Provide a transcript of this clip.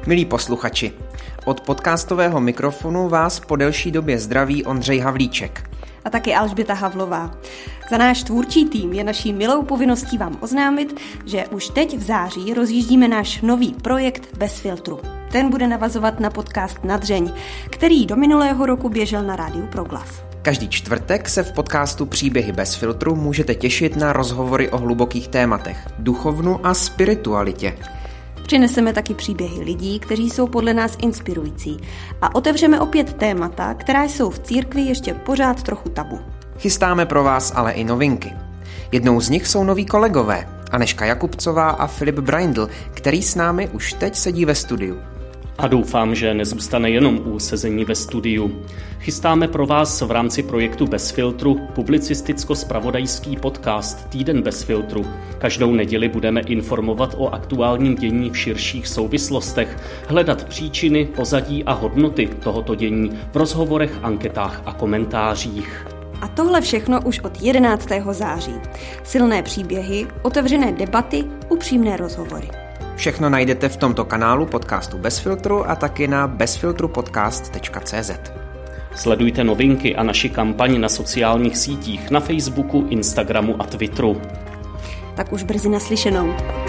Milí posluchači, od podcastového mikrofonu vás po delší době zdraví Ondřej Havlíček. A taky Alžběta Havlová. Za náš tvůrčí tým je naší milou povinností vám oznámit, že už teď v září rozjíždíme náš nový projekt Bez filtru. Ten bude navazovat na podcast Nadřeň, který do minulého roku běžel na Rádiu Proglas. Každý čtvrtek se v podcastu Příběhy bez filtru můžete těšit na rozhovory o hlubokých tématech, duchovnu a spiritualitě. Přineseme taky příběhy lidí, kteří jsou podle nás inspirující a otevřeme opět témata, která jsou v církvi ještě pořád trochu tabu. Chystáme pro vás ale i novinky. Jednou z nich jsou noví kolegové, Anežka Jakubcová a Filip Braindl, který s námi už teď sedí ve studiu. A doufám, že nezůstane jenom u sezení ve studiu. Chystáme pro vás v rámci projektu Bez filtru publicisticko-spravodajský podcast Týden bez filtru. Každou neděli budeme informovat o aktuálním dění v širších souvislostech, hledat příčiny, pozadí a hodnoty tohoto dění v rozhovorech, anketách a komentářích. A tohle všechno už od 11. září. Silné příběhy, otevřené debaty, upřímné rozhovory. Všechno najdete v tomto kanálu podcastu Bez filtru a taky na bezfiltrupodcast.cz. Sledujte novinky a naši kampaň na sociálních sítích na Facebooku, Instagramu a Twitteru. Tak už brzy naslyšenou.